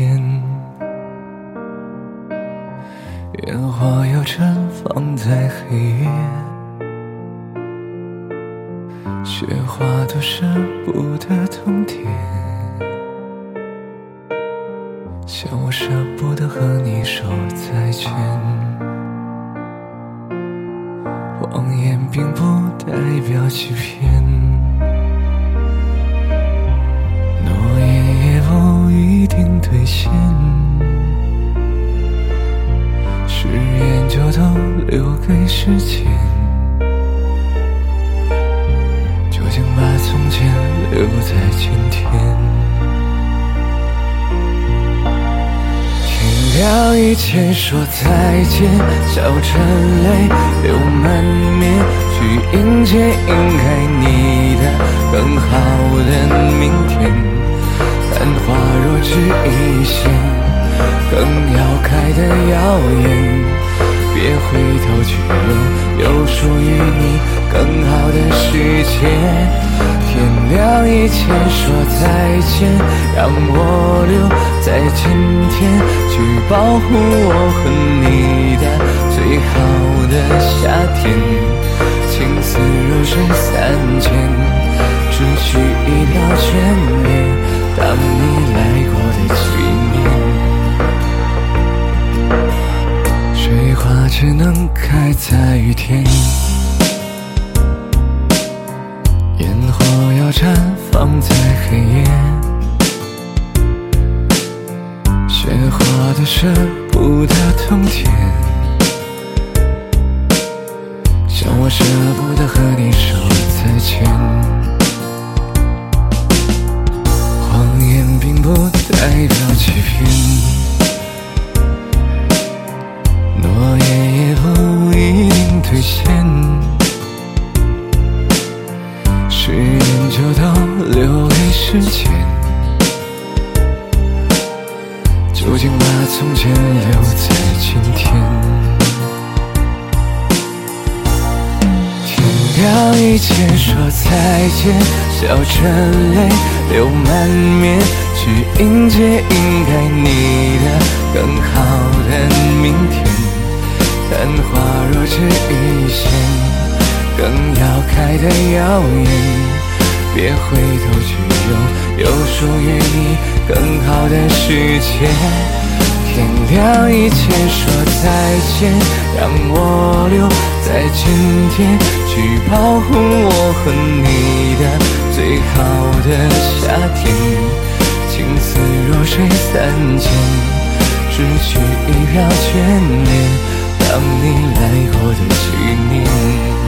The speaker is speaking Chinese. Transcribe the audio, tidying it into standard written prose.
天，烟花要绽放在黑夜，雪花都舍不得冬天，像我舍不得和你说再见。谎言并不代表欺骗，诺言也不一定兑现，誓言就都留给时间，究竟把从前留在今天。天亮以前说再见，笑着泪流满面，去迎接应该你的更好的明天。繁华若只一现，更要开的耀眼，别回头去有属于你更好的世界。天亮以前说再见，让我留在今天，去保护我和你的最好的夏天。情似弱水三千，只需一秒眷恋，当你来过的纪念。水花只能开在雨天，烟火要绽放在黑夜，雪花都舍不得冬天，像我舍不得和你说再见。谎言并不代表欺骗，诺言也不一定兑现，誓言就都留给时间，究竟把从前留在今天。天亮以前说再见，笑着泪流满面，去迎接应该你的更好的明天。繁华若只一现，更要开的耀眼，别回头去有属于你更好的世界。天亮以前说再见，让我留在今天，去保护我和你的最好的夏天。情似弱水三千，只需一秒眷恋，当你来过的纪念。